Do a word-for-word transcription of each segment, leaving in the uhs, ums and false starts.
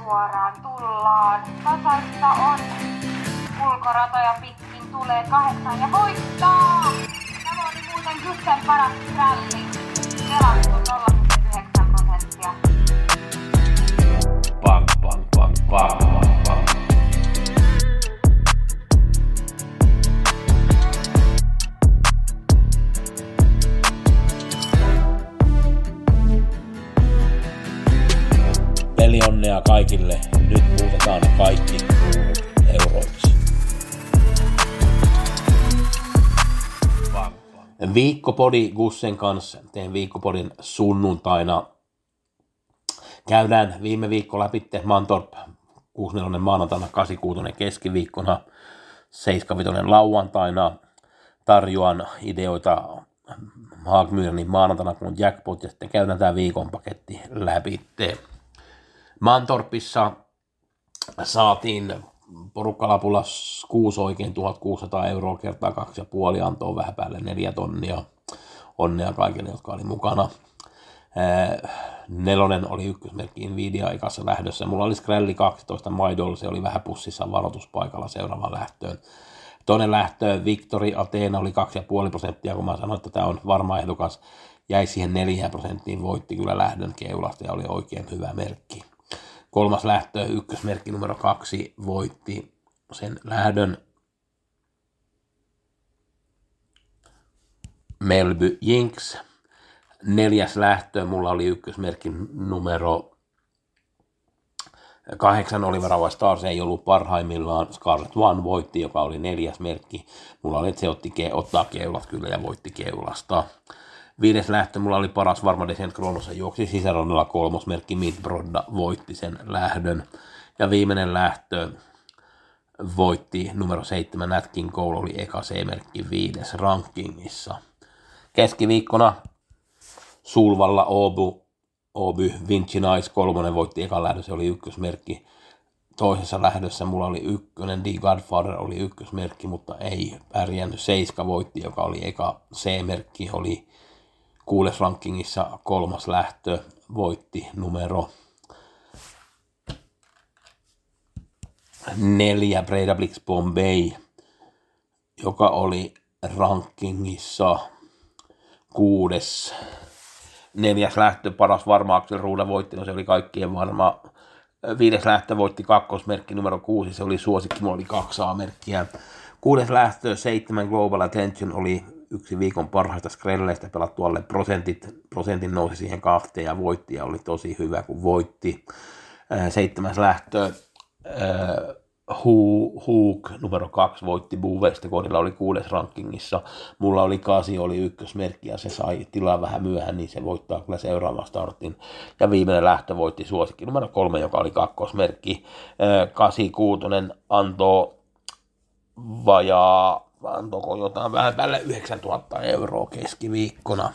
suoraan tullaan. Tasaista on. Ulkoratoja pitkin tulee kahdeksan ja voittaa! Tämä oli muuten Gusten paras ralli. Pelattu nolla pilkku yhdeksän prosenttia. Bang, bang, bang, bang, bang, bang. Pelionnea kaikille. Nyt muutetaan kaikki kruunut euroiksi. Viikkopodi Gussen kanssa. Teen viikkopodin sunnuntaina. Käydään viime viikko läpi Mantorp kuusikymmentäneljä maanantaina, kahdeksankymmentäkuusi keskiviikkona, seitsemänkymmentäviisi lauantaina. Tarjoan ideoita Hagmyrenin maanantaina, kun on jackpot, ja sitten käydään tämä viikon paketti läpi. Mantorpissa saatiin porukkalapulla kuusi oikein tuhatkuusisataa euroa kertaa kaksi ja puoli, antoi vähän päälle neljä tonnia. Onnea kaikille, jotka oli mukana. Nelonen oli ykkösmerkki Nvidia ekassa lähdössä. Mulla oli Skrelli kaksitoista Maidol, se oli vähän pussissa varoituspaikalla seuraavan lähtöön. Toinen lähtö, Victory Athena, oli kaksi pilkku viisi prosenttia, kun mä sanoin, että tämä on varma ehdokas. Jäi siihen neljä prosenttiin, voitti kyllä lähdön keulasta ja oli oikein hyvä merkki. Kolmas lähtö, ykkösmerkki numero kaksi, voitti sen lähdön. Melby Jinx. Neljäs lähtö, mulla oli ykkösmerkki numero kahdeksan, Oliver Auer Stars ei ollut parhaimmillaan. Scarlet One voitti, joka oli neljäs merkki. Mulla oli, että se otti, ottaa keulat kyllä ja voitti keulasta. Viides lähtö, mulla oli paras varma Descent Kronossa, juoksi sisäronilla kolmosmerkki Midbrodda, voitti sen lähdön. Ja viimeinen lähtö voitti numero seitsemän Nat King Cole, oli eka C-merkki viides rankingissa. Keskiviikkona Sulvalla Obu, Oby Vinci Nice kolmonen voitti ekan lähdön, se oli ykkösmerkki. Toisessa lähdössä mulla oli ykkönen, The Godfather oli ykkösmerkki, mutta ei pärjännyt. Seiska voitti, joka oli eka C-merkki, oli kuudes rankingissa. Kolmas lähtö voitti numero neljä Breda Blix Bombay, joka oli rankingissa kuudes. Neljäs lähtö, paras varma Axel Ruuda voitti, no se oli kaikkien varma. Viides lähtö voitti kakkosmerkki numero kuusi, se oli suosikki, mulla oli kaksi A-merkkiä. Kuudes lähtö, seitsemän Global Attention oli yksi viikon parhaista skrelleistä, pelattu alle prosentit, prosentin nousi siihen kahteen ja voitti ja oli tosi hyvä kun voitti. Seitsemäs lähtö, Hook numero kaksi voitti Buvesta, kodilla oli kuudes rankingissa. Mulla oli kasi, oli ykkösmerkki ja se sai tilaa vähän myöhään, niin se voittaa kyllä seuraavan startin. Ja viimeinen lähtö voitti suosikki numero kolme, joka oli kakkosmerkki. Kasi kuutonen antoi vajaa, antoiko jotain vähän päälle yhdeksäntuhatta euroa keskiviikkona.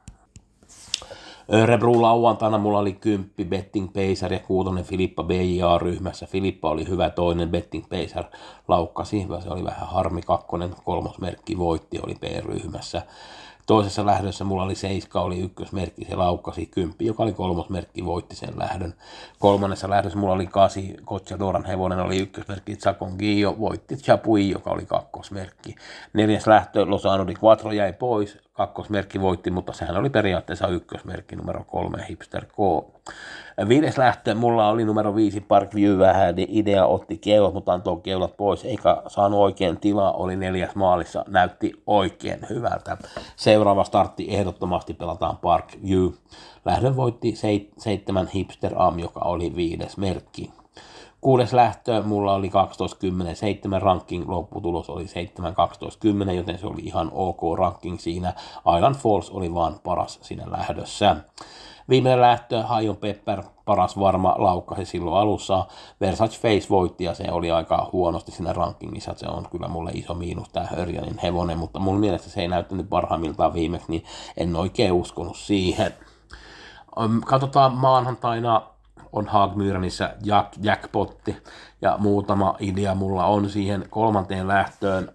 Örebro lauantaina mulla oli kymppi Betting Pacer ja kuutonen Filippa B J A-ryhmässä. Filippa oli hyvä toinen, Betting Pacer laukkasi, se oli vähän harmi, kakkonen, kolmosmerkki voitti, oli B-ryhmässä. Toisessa lähdössä mulla oli seiska, oli ykkösmerkki, se laukkasi kymppi, joka oli kolmosmerkki, voitti sen lähdön. Kolmannessa lähdössä mulla oli kasi, Doran hevonen oli ykkösmerkki, Chacon Gio voitti Chapui, joka oli kakkosmerkki. Neljäs lähtö, Lozano di Quattro jäi pois, kakkosmerkki voitti, mutta sehän oli periaatteessa ykkösmerkki numero kolme, Hipster K. Viides lähtö, mulla oli numero viisi Parkview, vähän idea otti keulat, mutta antoi keulat pois, eikä saanut oikein tilaa, oli neljäs maalissa, näytti oikein hyvältä. Seuraava startti ehdottomasti pelataan Parkview. Lähdön voitti seitsemän Hipster Am, joka oli viides merkki. Kuudes lähtö, mulla oli kaksitoista kymmenen, seitsemän ranking, lopputulos oli seitsemän kaksitoista kymmenen, joten se oli ihan ok ranking siinä. Island Falls oli vaan paras siinä lähdössä. Viimeinen lähtö, Haion Pepper, paras varma, laukkasi silloin alussa. Versace Face voitti ja se oli aika huonosti siinä rankingissa. Se on kyllä mulle iso miinus tää Hörjanin hevonen, mutta mun mielestä se ei näyttänyt parhaimmiltaan viimeksi, niin en oikein uskonut siihen. Katsotaan maanantaina. On Hagmyrenissä jack, jackpotti ja muutama idea mulla on siihen kolmanteen lähtöön.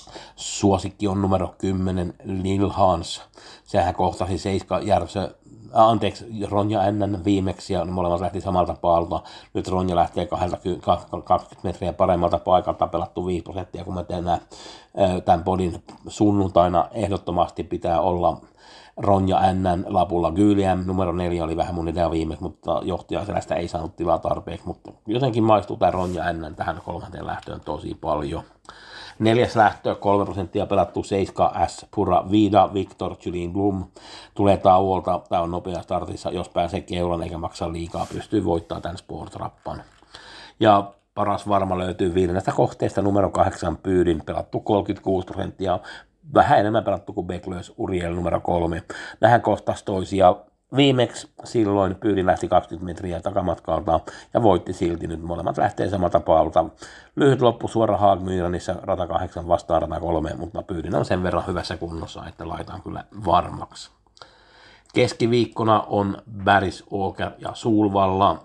Suosikki on numero kymmenen Lil Hans. Sehän kohtasi Seiska Järvsö anteeksi, Ronja N viimeksi ja molemmat lähti samalta paalta. Nyt Ronja lähtee kaksikymmentä metriä paremmalta paikalta, pelattu viisi prosenttia, kun mä teen nää, tämän podin sunnuntaina. Ehdottomasti pitää olla Ronja N lapulla. Gylliam numero neljä oli vähän mun idea viimeksi, mutta johtajaselästä ei saanut tilaa tarpeeksi, mutta jotenkin maistuu tämä Ronja N tähän kolmanteen lähtöön tosi paljon. Neljäs lähtö, kolme prosenttia pelattu, Seiska S. Pura Vida, Victor Julien Blum. Tulee tauolta, tämä on nopea startissa, jos pääsee keulan eikä maksa liikaa, pystyy voittamaan tämän Sport-rappan. Ja paras varma löytyy viidennestä kohteesta, numero kahdeksan Pyydin, pelattu kolmekymmentäkuusi prosenttia, vähän enemmän pelattu kuin Beklös Uriel numero kolme. Nähän kohtas toisia. Viimeksi silloin Pyydin lähti kaksikymmentä metriä takamatkalta ja voitti silti. Nyt molemmat lähtee samalta paalta. Lyhyt loppu suora Haagmyranissa, rata kahdeksan vastaan rata kolme, mutta Pyydin on sen verran hyvässä kunnossa, että laitaan kyllä varmaksi. Keskiviikkona on Bergsåker ja Sulvalla.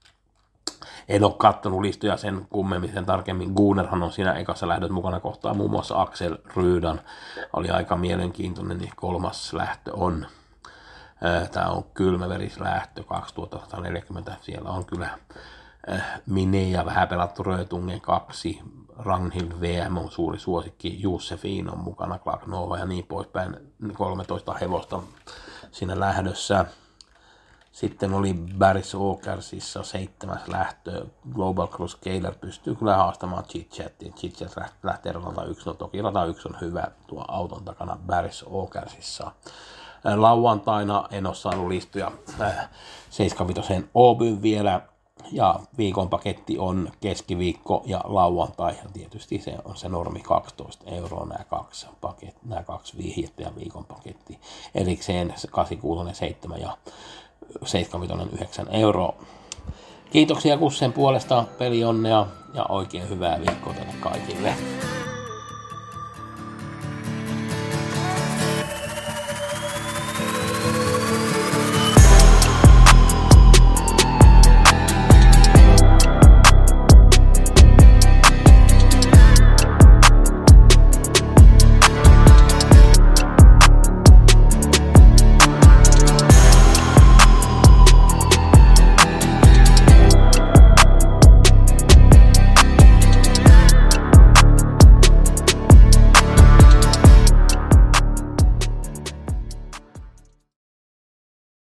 En ole kattonut listoja sen kummemmin sen tarkemmin. Gunerhan on siinä ekassa lähdöt mukana kohtaa muun muassa Axel Rydan. Oli aika mielenkiintoinen, niin kolmas lähtö on. Tämä on kylmäverislähtö kaksituhattasataneljäkymmentä. Siellä on kyllä Mine ja vähän pelattu Rötungen kaksi. Ragnhild V M on suuri suosikki. Josefin on mukana, Clark Nova ja niin poispäin. kolmetoista hevosta siinä lähdössä. Sitten oli Bergsåkersissa seitsemäs lähtö. Global Cross Scaler pystyy kyllä haastamaan Chitchatin. Chitchat lähtee radalta yksi. No toki rata yksi on hyvä tuo auton takana Bergsåkersissa. Lauantaina en ole saanut listoja seitsemänkymmentäviisi Obyn vielä. Ja viikon paketti on keskiviikko ja lauantai. Ja tietysti se on se normi kaksitoista euroa nämä kaksi, paket, nämä kaksi vihjettä ja viikon paketti. Erikseen kahdeksankymmentäkuusi, seitsemän ja seitsemänkymmentäviisi yhdeksän euroa. Kiitoksia Kussen puolesta, pelionnea ja oikein hyvää viikkoa tänne kaikille.